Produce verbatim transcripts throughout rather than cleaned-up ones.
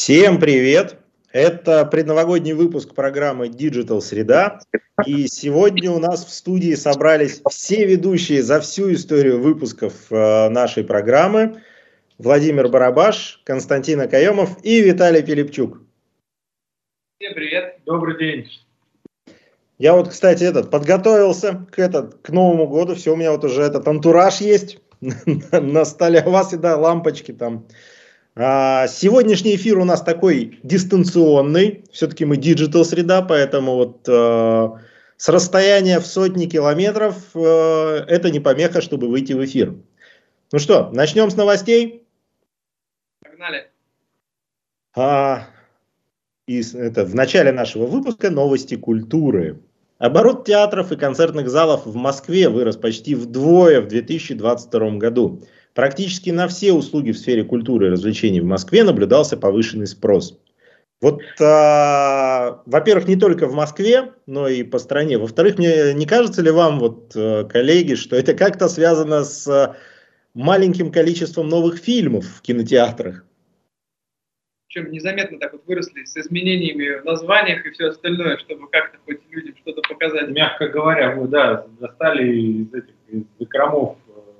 Всем привет! Это предновогодний выпуск программы Digital Среда. И сегодня у нас в студии собрались все ведущие за всю историю выпусков э, нашей программы. Владимир Барабаш, Константин Акаемов и Виталий Пилипчук. Всем привет! Добрый день! Я вот, кстати, этот подготовился к, этот, к Новому году. Все, у меня вот уже этот антураж есть на столе. У вас, да, лампочки там. Сегодняшний эфир у нас такой дистанционный, все-таки мы диджитал среда, поэтому вот э, с расстояния в сотни километров э, это не помеха, чтобы выйти в эфир. Ну что, начнем с новостей? Погнали. А, и это в начале нашего выпуска новости культуры. Оборот театров и концертных залов в Москве вырос почти вдвое в две тысячи двадцать втором году. Практически на все услуги в сфере культуры и развлечений в Москве наблюдался повышенный спрос. Вот, а, во-первых, не только в Москве, но и по стране. Во-вторых, мне не кажется ли вам, вот, коллеги, что это как-то связано с маленьким количеством новых фильмов в кинотеатрах? Причем незаметно так вот выросли с изменениями в названиях и все остальное, чтобы как-то хоть людям что-то показать. Мягко говоря, вы, да, достали из этих из закромов.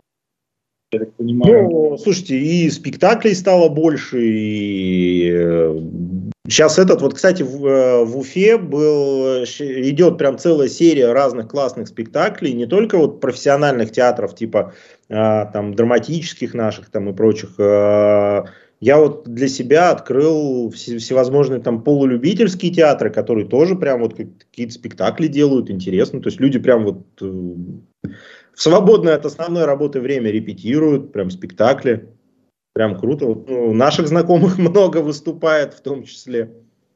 Я так понимаю. Ну, слушайте, и спектаклей стало больше, и сейчас этот, вот, кстати, в, в Уфе был, идет прям целая серия разных классных спектаклей, не только вот профессиональных театров, типа а, там драматических наших там и прочих. А, я вот для себя открыл всевозможные там полулюбительские театры, которые тоже прям вот какие-то спектакли делают, интересно, то есть люди прям вот в свободное от основной работы время репетируют, прям спектакли. Прям круто. Вот, ну, наших знакомых много выступает в том числе.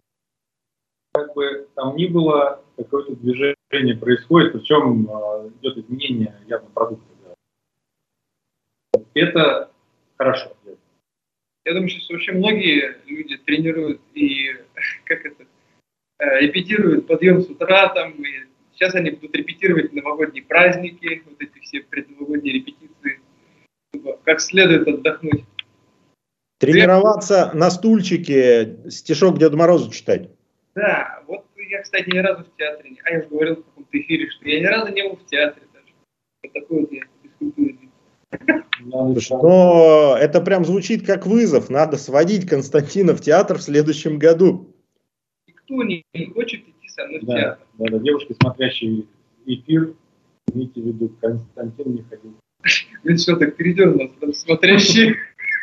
Как бы там ни было, какое-то движение происходит, причем э, идет изменение явно продукта. Да. Это хорошо. Я думаю, что вообще многие люди тренируют и как это, репетируют подъем с утра там, и сейчас они будут репетировать новогодние праздники, вот эти все предновогодние репетиции, чтобы как следует отдохнуть. Тренироваться на стульчике, стишок Деду Морозу читать. Да, вот я, кстати, ни разу в театре не... А я уже говорил в каком-то эфире, что я ни разу не был в театре даже. Вот такой вот я бескультурный. Но это прям звучит как вызов. Надо сводить Константина в театр в следующем году. Никто не, не хочет идти со мной в да, театр. Да, да, девушки, смотрящие эфир, имейте в виду, Константин не ходил. Ведь что, так передернул, смотрящие.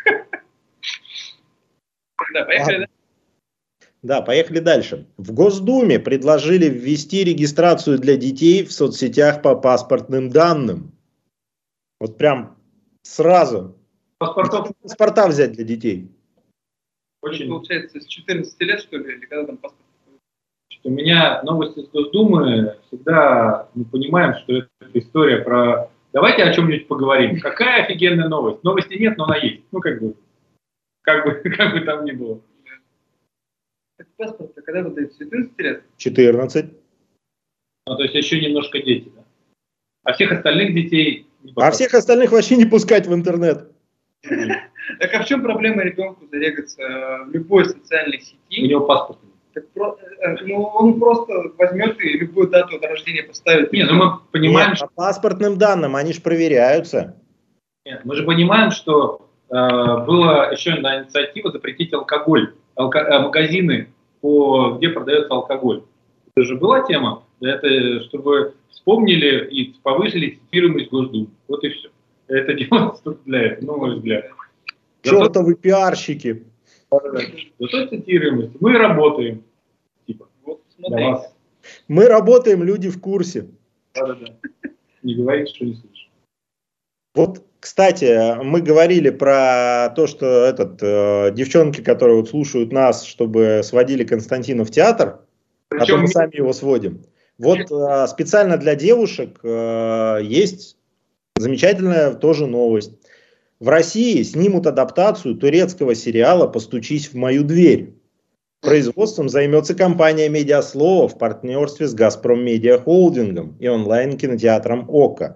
Да, поехали, да? Да, поехали дальше. В Госдуме предложили ввести регистрацию для детей в соцсетях по паспортным данным. Вот прям сразу. Паспортов. Паспорта взять для детей. Очень. Получается, с четырнадцати лет, что ли, или когда там паспорт? У меня новости из Госдумы, всегда мы понимаем, что это история про... Давайте о чем-нибудь поговорим. Какая офигенная новость? Новости нет, но она есть. Ну, как бы, как бы, как бы там ни было. Паспорт, когда выдают? С четырнадцати лет? четырнадцать. Ну, то есть еще немножко дети, да? А всех остальных детей... А всех остальных вообще не пускать в интернет. Так а в чем проблема ребенку зарегаться в любой социальной сети? У него паспорт. Так, ну, он просто возьмет и любую дату рождения поставит. Нет, ну мы понимаем, Нет, что... По паспортным данным, они же проверяются. Нет, мы же понимаем, что э, была еще одна инициатива запретить алкоголь, алко... э, магазины, по... где продается алкоголь. Это же была тема, это чтобы вспомнили и повысили цитируемость Госдумы. Вот и все. Это делается только для этого, на мой взгляд. Чертовы пиарщики. Зато цитируемость. Мы работаем. Типа, вот смотри. Вас. Мы работаем, люди в курсе. Да-да-да. Не говорите, что не слышишь. Вот, кстати, мы говорили про то, что этот, э, девчонки, которые вот слушают нас, чтобы сводили Константина в театр, Причем... а то мы сами его сводим. Вот э, специально для девушек э, есть замечательная тоже новость. В России снимут адаптацию турецкого сериала «Постучись в мою дверь». Производством займется компания «Медиаслово» в партнерстве с «Газпром Медиа Холдингом» и онлайн-кинотеатром «Ока».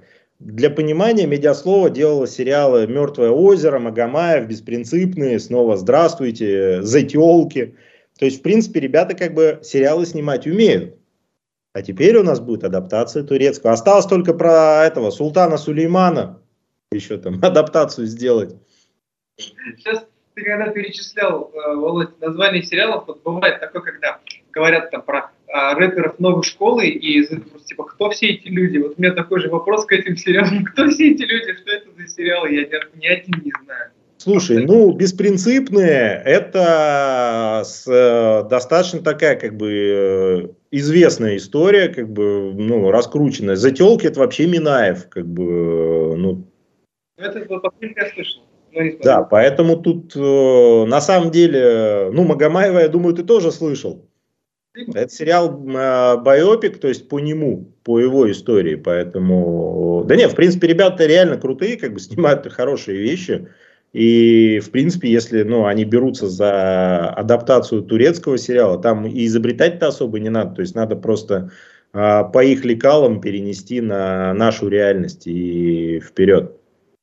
для понимания, Медиаслово делало сериалы «Мертвое озеро», «Магомаев», «Беспринципные», снова «Здравствуйте», «Зателки». То есть, в принципе, ребята как бы сериалы снимать умеют. А теперь у нас будет адаптация турецкого. Осталось только про этого Султана Сулеймана еще там адаптацию сделать. Сейчас ты когда перечислял, Володь, название сериалов, вот бывает такое, когда говорят там про а, рэперов новой школы, и типа, кто все эти люди? Вот у меня такой же вопрос к этим сериалам. Кто все эти люди? Что это за сериалы? Я ни, ни один не знаю. Слушай, ну, «Беспринципные» — это с, э, достаточно такая, как бы, э, известная история, как бы, ну, раскрученная. «Зателки» — это вообще Минаев, как бы, э, ну. Это вот последний я слышал. Да, поэтому тут, э, на самом деле, ну, Магомаева, я думаю, ты тоже слышал. Это сериал э, байопик, то есть по нему, по его истории, поэтому... Да нет, в принципе, ребята реально крутые, как бы, снимают хорошие вещи. И, в принципе, если ну, они берутся за адаптацию турецкого сериала, там и изобретать-то особо не надо. То есть надо просто а, по их лекалам перенести на нашу реальность и вперед.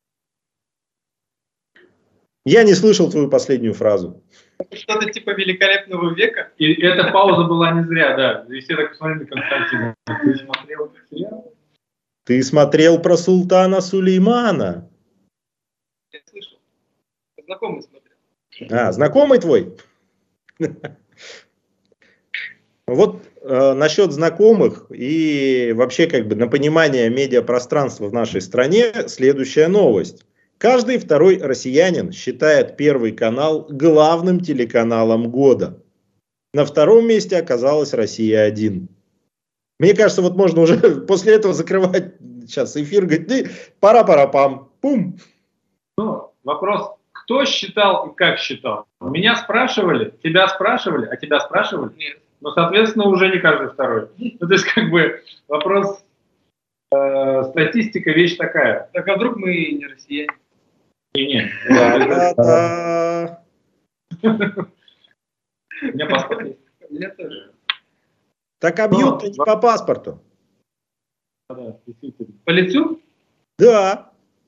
Я не слышал твою последнюю фразу. Что-то типа «Великолепного века». И эта пауза была не зря, да. И все так посмотрели на Константина. Ты смотрел сериал? Ты смотрел про Султана Сулеймана? Я слышал. Знакомый смотрел. А, знакомый твой? Вот э, насчет знакомых и вообще как бы на понимание медиапространства в нашей стране следующая новость. Каждый второй россиянин считает Первый канал главным телеканалом года. На втором месте оказалась Россия один. Мне кажется, вот можно уже после этого закрывать сейчас эфир, говорить, пора-пора-пам, пум. Ну, вопрос, кто считал и как считал? Меня спрашивали, тебя спрашивали, а тебя спрашивали? Нет. Ну, соответственно, уже не каждый второй. Ну, то есть, как бы, вопрос, э, статистика вещь такая. Так, а вдруг мы не россияне? Не, нет. У меня паспорт есть. У меня тоже. Так а бьют-то не по паспорту. Да, действительно. По лицу? Да.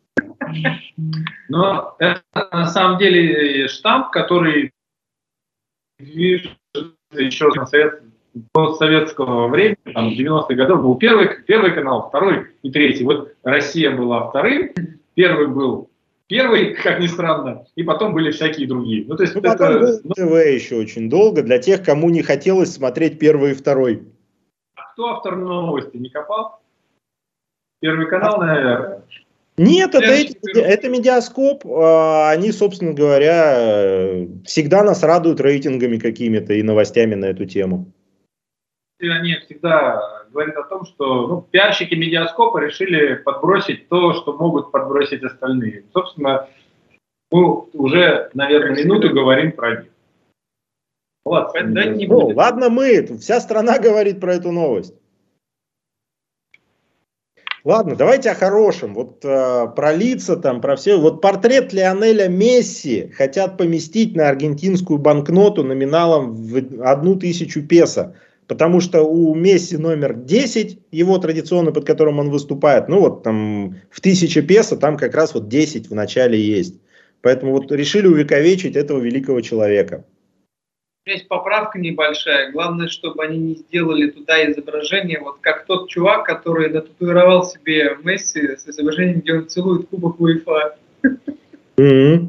Но это на самом деле штамп, который движется еще на совет, постсоветского времени, там, девяностых годов, был первый, первый канал, второй и третий. Вот Россия была вторым, первый был первый, как ни странно, и потом были всякие другие. Ну, то есть, ну, это, потом был ну, ТВ еще очень долго, для тех, кому не хотелось смотреть первый и второй. А кто автор новости? Не Копал? Первый канал, наверное. Нет, это, эти, это Медиаскоп. Они, собственно говоря, всегда нас радуют рейтингами какими-то и новостями на эту тему. Они всегда говорят о том, что ну, пиарщики Медиаскопа решили подбросить то, что могут подбросить остальные. Собственно, мы уже, наверное, минуту говорим про них. Ладно, Да, не ну, будет. ладно мы, вся страна говорит про эту новость. Ладно, давайте о хорошем. Вот э, про лица там, про все. Вот портрет Лионеля Месси хотят поместить на аргентинскую банкноту номиналом в одну тысячу песо. Потому что у Месси номер десять, его традиционно, под которым он выступает, ну вот там в тысяче песо, там как раз вот десять в начале есть. Поэтому вот решили увековечить этого великого человека. У меня есть поправка небольшая. Главное, чтобы они не сделали туда изображение, вот как тот чувак, который нататуировал себе Месси с изображением, где он целует кубок УЕФА. Mm-hmm.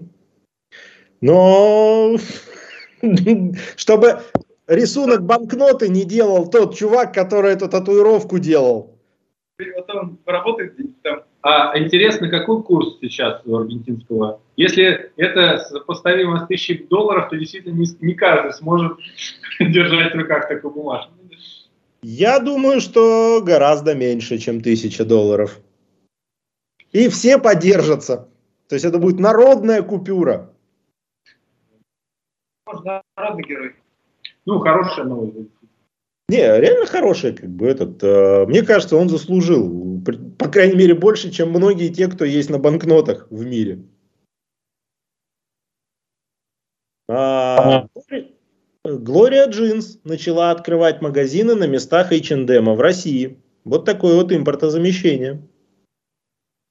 Но чтобы рисунок банкноты не делал тот чувак, который эту татуировку делал. Вот он работает там. А интересно, какой курс сейчас у аргентинского? Если это сопоставимо с тысячей долларов, то действительно не, не каждый сможет держать в руках такую бумажку. Я думаю, что гораздо меньше, чем тысяча долларов. И все подержатся. То есть это будет народная купюра. Может, народный герой. Ну, хорошая новость. Не, реально хороший, как бы этот. Э, мне кажется, он заслужил, по крайней мере, больше, чем многие те, кто есть на банкнотах в мире. А, Глория Джинс начала открывать магазины на местах эйч энд эм в России. Вот такое вот импортозамещение.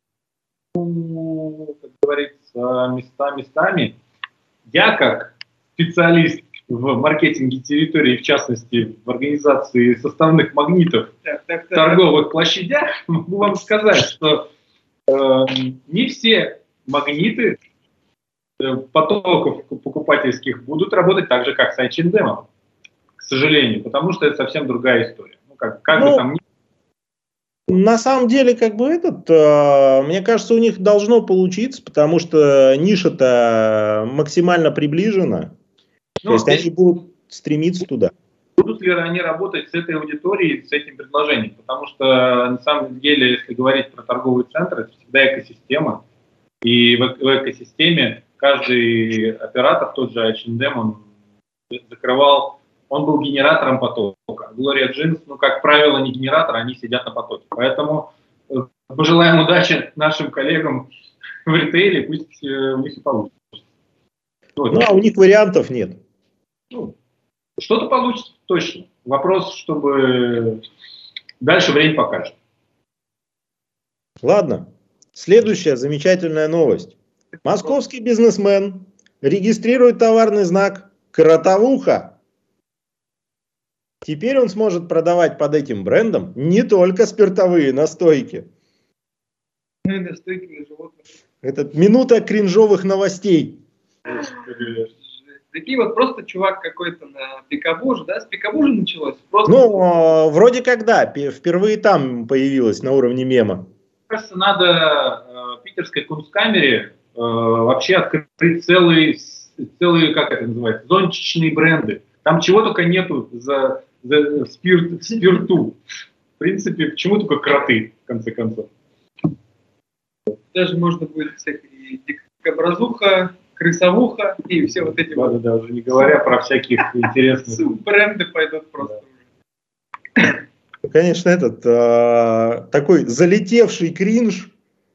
места местами. Я как специалист в маркетинге территории, в частности, в организации составных магнитов так, так, так. в торговых площадях, могу вам сказать, что э, не все магниты э, потоков покупательских будут работать так же, как с эйч энд эм, к сожалению, потому что это совсем другая история. Ну, как, как ну, бы там ни... На самом деле, как бы этот, э, мне кажется, у них должно получиться, потому что ниша-то максимально приближена. Ну, то есть здесь... они будут стремиться туда. Будут ли они работать с этой аудиторией, с этим предложением? Потому что, на самом деле, если говорить про торговый центр, это всегда экосистема. И в, в экосистеме каждый оператор, тот же эйч энд эм, он закрывал, он был генератором потока. Gloria Jeans, ну, как правило, не генератор, они сидят на потоке. Поэтому пожелаем удачи нашим коллегам в ритейле, пусть у них и получится. Вот. Ну, а у них вариантов нет. Ну, что-то получится точно. Вопрос, чтобы дальше время покажет. Ладно. Следующая замечательная новость. Московский бизнесмен регистрирует товарный знак «Кротовуха». Теперь он сможет продавать под этим брендом не только спиртовые настойки. Ну и настойки на животных. Это минута кринжовых новостей. Такие вот просто чувак какой-то на Пикабу же, да? С Пикабу же началось? Просто... Ну, вроде как да, впервые там появилось на уровне мема. Мне кажется, надо э, питерской кунсткамере э, вообще открыть целые, целые, как это называется, зонтичные бренды. Там чего только нету за, за спирт, спирту. В принципе, почему только кроты, в конце концов. Даже можно будет всякие дикобразуха, крысовуха и все вот эти... Да, вот... да, да, уже не говоря про всяких интересных... Бренды пойдут просто уже. Конечно, этот а, такой залетевший кринж.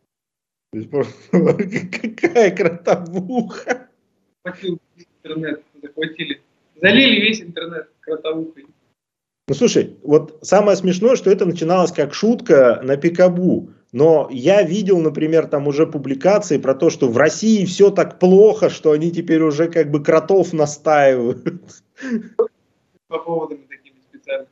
Какая кротовуха. Захватил интернет, захватили. Залили весь интернет кротовухой. Ну, слушай, вот самое смешное, что это начиналось как шутка на Пикабу. Но я видел, например, там уже публикации про то, что в России все так плохо, что они теперь уже как бы кротов настаивают. По поводам такими специальными.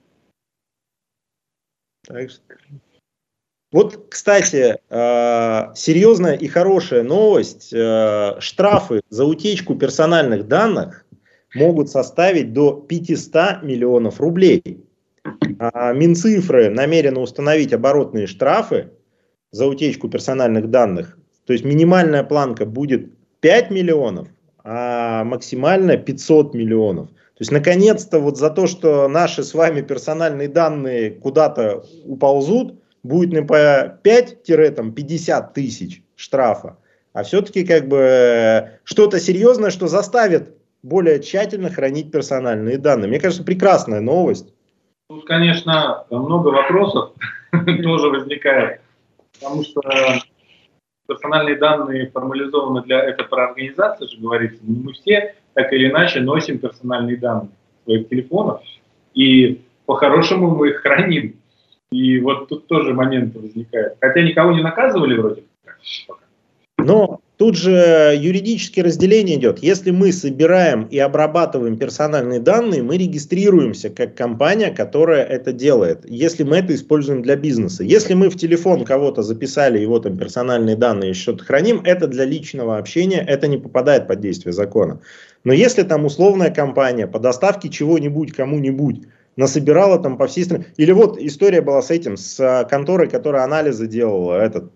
Так что... Вот, кстати, э, серьезная и хорошая новость. Э, штрафы за утечку персональных данных могут составить до пятисот миллионов рублей. А Минцифры намерены установить оборотные штрафы за утечку персональных данных. То есть минимальная планка будет пять миллионов, а максимальная пятьсот миллионов. То есть наконец-то вот за то, что наши с вами персональные данные куда-то уползут, будет не по пять-пятьдесят тысяч штрафа, а все-таки как бы что-то серьезное, что заставит более тщательно хранить персональные данные. Мне кажется, прекрасная новость. Тут, конечно, много вопросов тоже возникает. Потому что персональные данные формализованы для... Это про организацию же говорится. Мы все так или иначе носим персональные данные своих телефонов. И по-хорошему мы их храним. И вот тут тоже моменты возникают. Хотя никого не наказывали вроде как. Но тут же юридическое разделение идет. Если мы собираем и обрабатываем персональные данные, мы регистрируемся как компания, которая это делает. Если мы это используем для бизнеса. Если мы в телефон кого-то записали, его там персональные данные что-то храним, это для личного общения, это не попадает под действие закона. Но если там условная компания по доставке чего-нибудь кому-нибудь насобирала там по всей стране. Или вот история была с этим, с конторой, которая анализы делала, этот,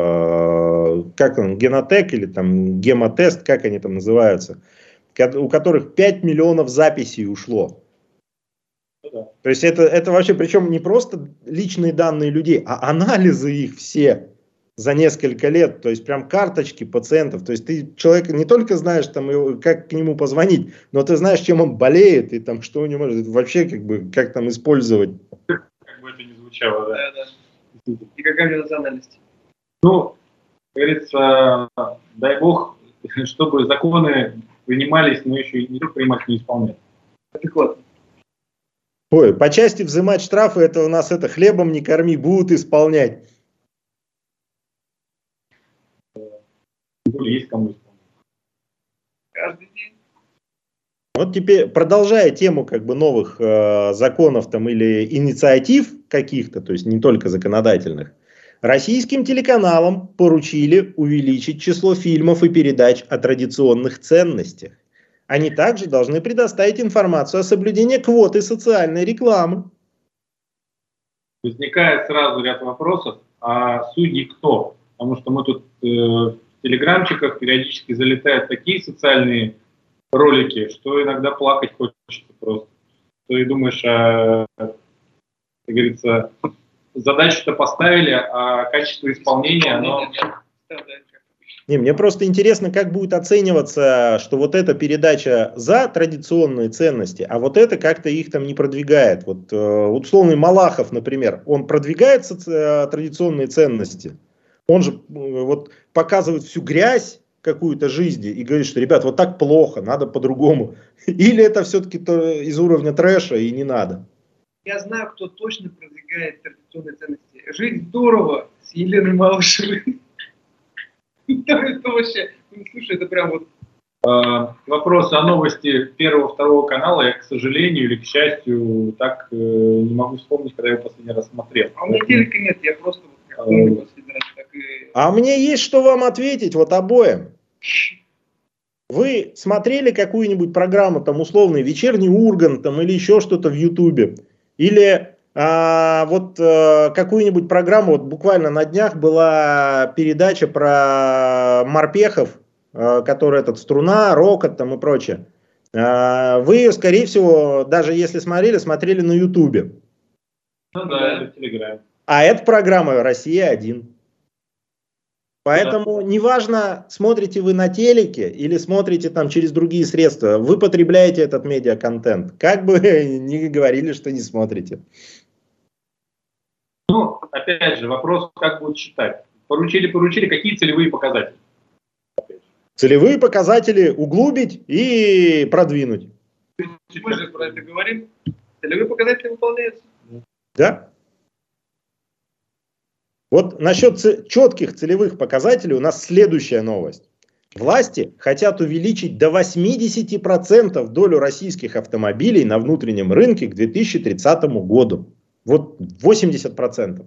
э, как он, Генотек или там Гемотест, как они там называются, у которых пять миллионов записей ушло. Да. То есть это, это вообще, причем не просто личные данные людей, а анализы их все за несколько лет, то есть прям карточки пациентов, то есть ты человека не только знаешь, там, как к нему позвонить, но ты знаешь, чем он болеет и там, что у него может, вообще как бы, как там использовать. Как бы это ни звучало, да. Да, да. И какая у него национальность? Ну, говорится, дай бог, чтобы законы принимались, но еще и не только принимать, но и исполнять. Адекватно. Ой, по части взимать штрафы, это у нас это хлебом не корми, будут исполнять. Есть кому исполнять. Каждый день. Вот теперь, продолжая тему как бы новых э, законов там или инициатив каких-то, то есть не только законодательных, российским телеканалам поручили увеличить число фильмов и передач о традиционных ценностях. Они также должны предоставить информацию о соблюдении квоты социальной рекламы. Возникает сразу ряд вопросов, а судьи кто? Потому что мы тут э, в телеграмчиках периодически залетают такие социальные ролики, что иногда плакать хочется просто. Ты думаешь, а, как говорится, задачу-то поставили, а качество исполнения, оно... Не, мне просто интересно, как будет оцениваться, что вот эта передача за традиционные ценности, а вот это как-то их там не продвигает. Вот э, условный Малахов, например, он продвигает соци- традиционные ценности, он же э, вот показывает всю грязь какую-то жизни и говорит, что, ребят, вот так плохо, надо по-другому. Или это все-таки из уровня трэша и не надо? Я знаю, кто точно продвигает традиционные ценности. Жить здорово с Еленой Малышевой. Это вообще, слушай, это прям вот... Вопрос о новости первого, второго канала, я, к сожалению или к счастью, так э, не могу вспомнить, когда я его последний раз смотрел. А у меня телека нет, я просто вот как помню последний раз. Так и... А мне есть что вам ответить, вот обоим. Вы смотрели какую-нибудь программу, там условный «Вечерний Ургант» там, или еще что-то в Ютубе? Или а, вот а, какую-нибудь программу, вот буквально на днях была передача про морпехов, а, который этот «Струна», «Рокот» там и прочее. А, вы ее, скорее всего, даже если смотрели, смотрели на Ютубе. Ну да, это в Телеграме. А эта программа «Россия один». Поэтому неважно, смотрите вы на телеке или смотрите там через другие средства, вы потребляете этот медиаконтент. Как бы ни говорили, что не смотрите. Ну, опять же, вопрос, как будут считать. Поручили, поручили, какие целевые показатели? Целевые показатели углубить и продвинуть. Мы же про это говорим. Целевые показатели выполняются. Да. Вот насчет четких целевых показателей у нас следующая новость. Власти хотят увеличить до восьмидесяти процентов долю российских автомобилей на внутреннем рынке к две тысячи тридцатому году. Вот восемьдесят процентов.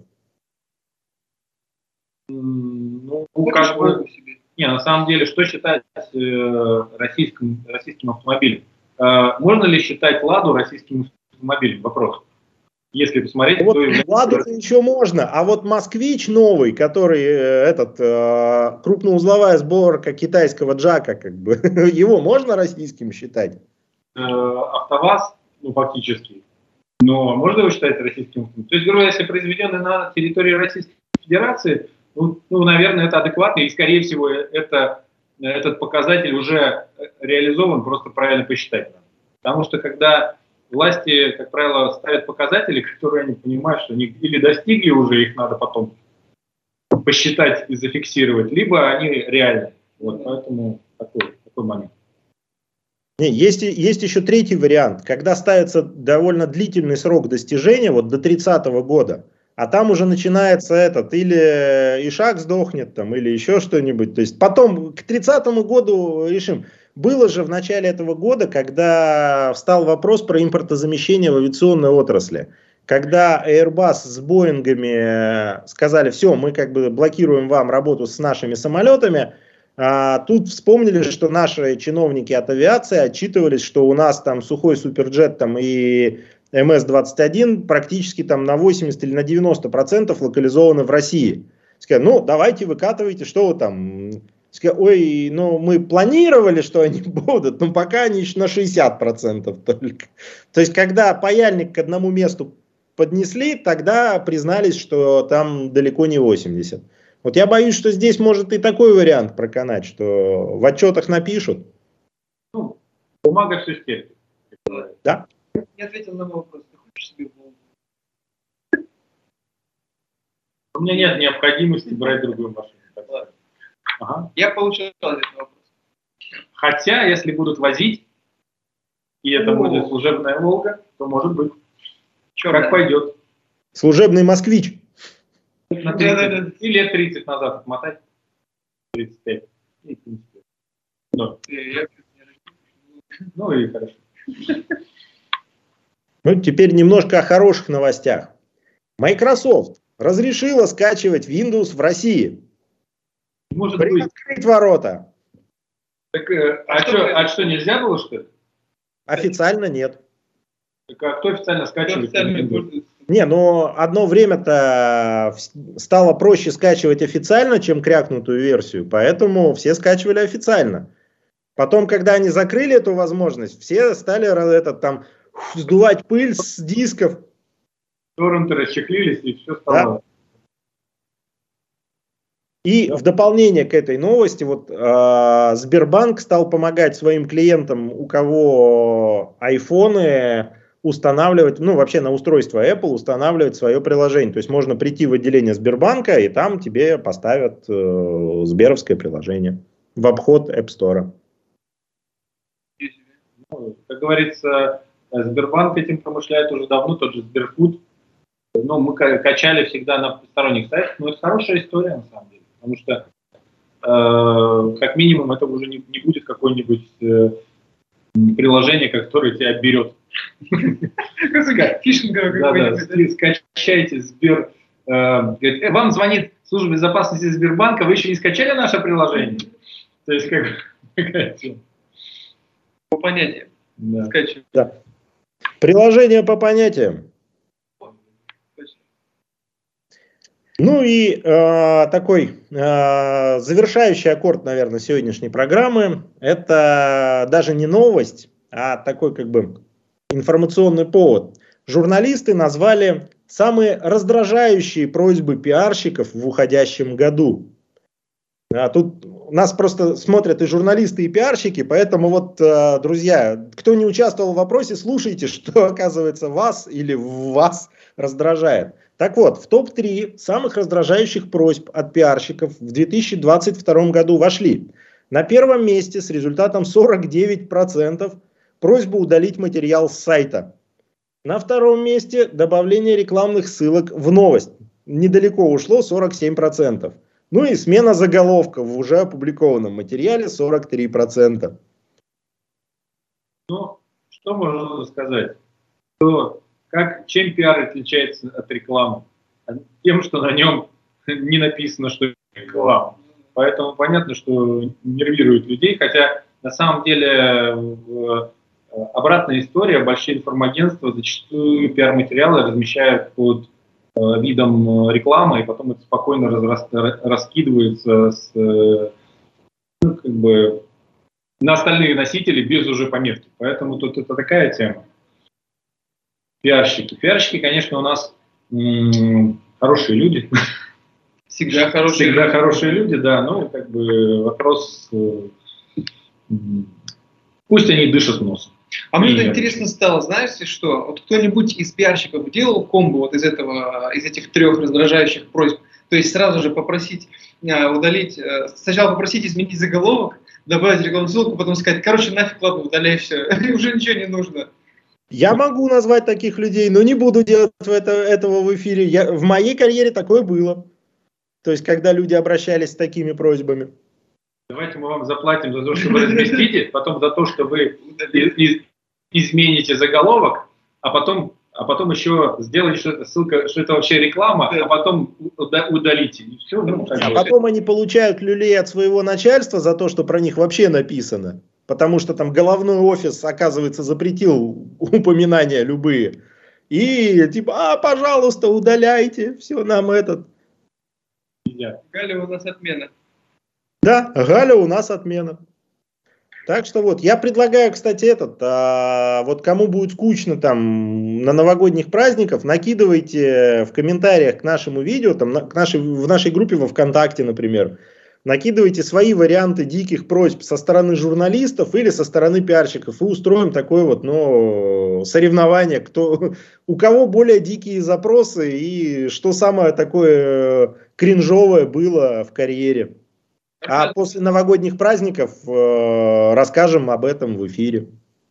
Ну, как бы, не, на самом деле, что считать э, российским, российским автомобилем? Э, можно ли считать «Ладу» российским автомобилем? Вопрос. Если посмотреть, вот то... «Ладу» еще можно, а вот «Москвич» новый, который э, этот э, крупноузловая сборка китайского джака, как бы, его можно российским считать? Э, АвтоВАЗ, ну, фактически. Но можно его считать российским автомобилем? То есть, говорю, если произведенный на территории Российской Федерации, ну, ну, наверное, это адекватно, и, скорее всего, это, этот показатель уже реализован, просто правильно посчитать надо. Потому что, когда власти, как правило, ставят показатели, которые они понимают, что они или достигли уже, их надо потом посчитать и зафиксировать, либо они реальны. Вот, поэтому такой, такой момент. Есть, есть еще третий вариант, когда ставится довольно длительный срок достижения, вот до тридцатого года, а там уже начинается этот, или Ишак сдохнет, там, или еще что-нибудь. То есть потом к тридцатому году решим. Было же в начале этого года, когда встал вопрос про импортозамещение в авиационной отрасли. Когда Airbus с Боингами сказали, все, мы как бы блокируем вам работу с нашими самолетами, а тут вспомнили, что наши чиновники от авиации отчитывались, что у нас там сухой суперджет там, и эм эс двадцать один практически там на восемьдесят или на девяносто процентов локализованы в России. Сказали, ну давайте выкатывайте, что вы там... Ой, ну мы планировали, что они будут, но пока они еще на шестьдесят процентов только. То есть, когда паяльник к одному месту поднесли, тогда признались, что там далеко не восемьдесят. Вот я боюсь, что здесь может и такой вариант проканать, что в отчетах напишут. Ну, бумага все стерпит. Да? Я ответил на вопрос. Ты хочешь себе Волгу? У меня нет необходимости брать другую машину. Ага. Я получил этот вопрос. Хотя, если будут возить, и это О. будет служебная Волга, то может быть. Чё, как да? пойдет. Служебный москвич. На тридцать, да, да, да. И лет тридцать назад отмотать. тридцать пять. И, да. Я, я Ну и хорошо. Ну, теперь немножко о хороших новостях. Microsoft разрешила скачивать Windows в России. Может Приоткрыть ворота. Так, э, а, что, а что, нельзя было, что ли? Официально нет. Так, а кто официально скачивает? Не, но одно время-то стало проще скачивать официально, чем крякнутую версию, поэтому все скачивали официально. Потом, когда они закрыли эту возможность, все стали этот, там, сдувать пыль с дисков. Торренты расчехлились, и все стало... Да? И да. В дополнение к этой новости, вот э, Сбербанк стал помогать своим клиентам, у кого айфоны, устанавливать, ну вообще на устройство Apple устанавливать свое приложение. То есть можно прийти в отделение Сбербанка, и там тебе поставят э, сберовское приложение в обход App Store. Ну, как говорится, Сбербанк этим промышляет уже давно, тот же Сберфуд. Но мы качали всегда на сторонних сайтах, но это хорошая история на самом деле. Потому что, э, как минимум, это уже не, не будет какое-нибудь э, приложение, которое тебя берет. Фишинговое. Скачайте Сбер. Говорит, вам звонит служба безопасности Сбербанка, вы еще не скачали наше приложение? То есть, как какая тема? По понятиям. Скачивай. Да. Приложение по понятиям. Ну и э, такой э, завершающий аккорд, наверное, сегодняшней программы. Это даже не новость, а такой как бы информационный повод. Журналисты назвали самые раздражающие просьбы пиарщиков в уходящем году. А тут нас просто смотрят и журналисты, и пиарщики, поэтому вот, э, друзья, кто не участвовал в вопросе, слушайте, что, оказывается, вас или вас раздражает. Так вот, в топ три самых раздражающих просьб от пиарщиков в две тысячи двадцать втором году вошли. На первом месте с результатом сорок девять процентов просьба удалить материал с сайта. На втором месте добавление рекламных ссылок в новость. Недалеко ушло сорок семь процентов. Ну и смена заголовка в уже опубликованном материале сорок три процента. Ну, что можно сказать? Что... Как, чем пиар отличается от рекламы? Тем, что на нем не написано, что это реклама. Поэтому понятно, что нервирует людей, хотя на самом деле обратная история, большие информагентства зачастую пиар-материалы размещают под видом рекламы, и потом это спокойно разраст, раскидывается с, ну, как бы, на остальные носители без уже пометки. Поэтому тут это такая тема. Пиарщики. Пиарщики, конечно, у нас м-м, хорошие люди. Всегда хорошие Всегда люди. хорошие люди, да. Ну, как бы вопрос... М-м, пусть они дышат носом. А мне интересно стало, знаете что? Вот кто-нибудь из пиарщиков делал комбо вот из этого, из этих трех раздражающих просьб? То есть сразу же попросить удалить, сначала попросить изменить заголовок, добавить рекламную ссылку, потом сказать, короче, нафиг, ладно, удаляй все, уже ничего не нужно. Я могу назвать таких людей, но не буду делать это, этого в эфире. Я, в моей карьере такое было. То есть, когда люди обращались с такими просьбами. Давайте мы вам заплатим за то, что вы разместите, потом за то, что вы измените заголовок, а потом, а потом еще сделаете, что это ссылка, что это вообще реклама, а потом удалите. И все, ну, а потом они получают люлей от своего начальства за то, что про них вообще написано. Потому что там головной офис, оказывается, запретил упоминания любые. И типа, а, пожалуйста, удаляйте, все нам этот. Галя, у нас отмена. Да, Галя, у нас отмена. Так что вот, я предлагаю, кстати, этот, а, вот кому будет скучно там на новогодних праздниках, накидывайте в комментариях к нашему видео, там, на, к нашей, в нашей группе во ВКонтакте, например, накидывайте свои варианты диких просьб со стороны журналистов или со стороны пиарщиков и устроим такое вот, ну, соревнование, кто, у кого более дикие запросы и что самое такое кринжовое было в карьере. А после новогодних праздников э, расскажем об этом в эфире.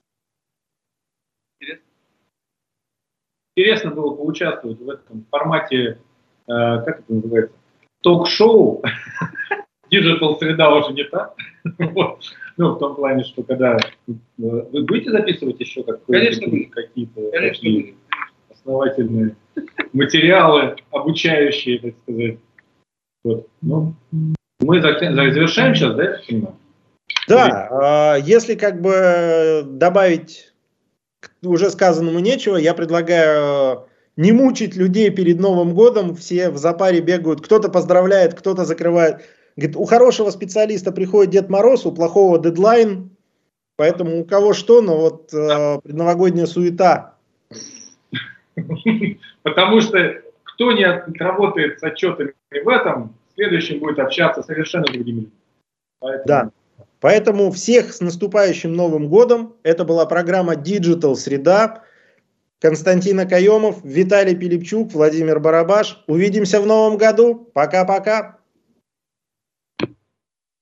Интересно было поучаствовать в этом формате, э, как это называется, ток-шоу. Диджитал среда уже не та. Вот. Ну, в том плане, что когда... Вы будете записывать еще какие-то такие основательные материалы, обучающие, так сказать? Вот. Ну, мы завершаем сейчас, да? Да, если как бы добавить к уже сказанному нечего, я предлагаю не мучить людей перед Новым годом, все в запаре бегают, кто-то поздравляет, кто-то закрывает. Говорит, у хорошего специалиста приходит Дед Мороз, у плохого дедлайн, поэтому у кого что, но вот э, предновогодняя суета. Потому что кто не работает с отчетами в этом, следующим будет общаться совершенно другими людьми. Поэтому... Да. Поэтому всех с наступающим Новым годом. Это была программа Digital Среда. Константин Акаемов, Виталий Пилипчук, Владимир Барабаш. Увидимся в Новом году. Пока-пока.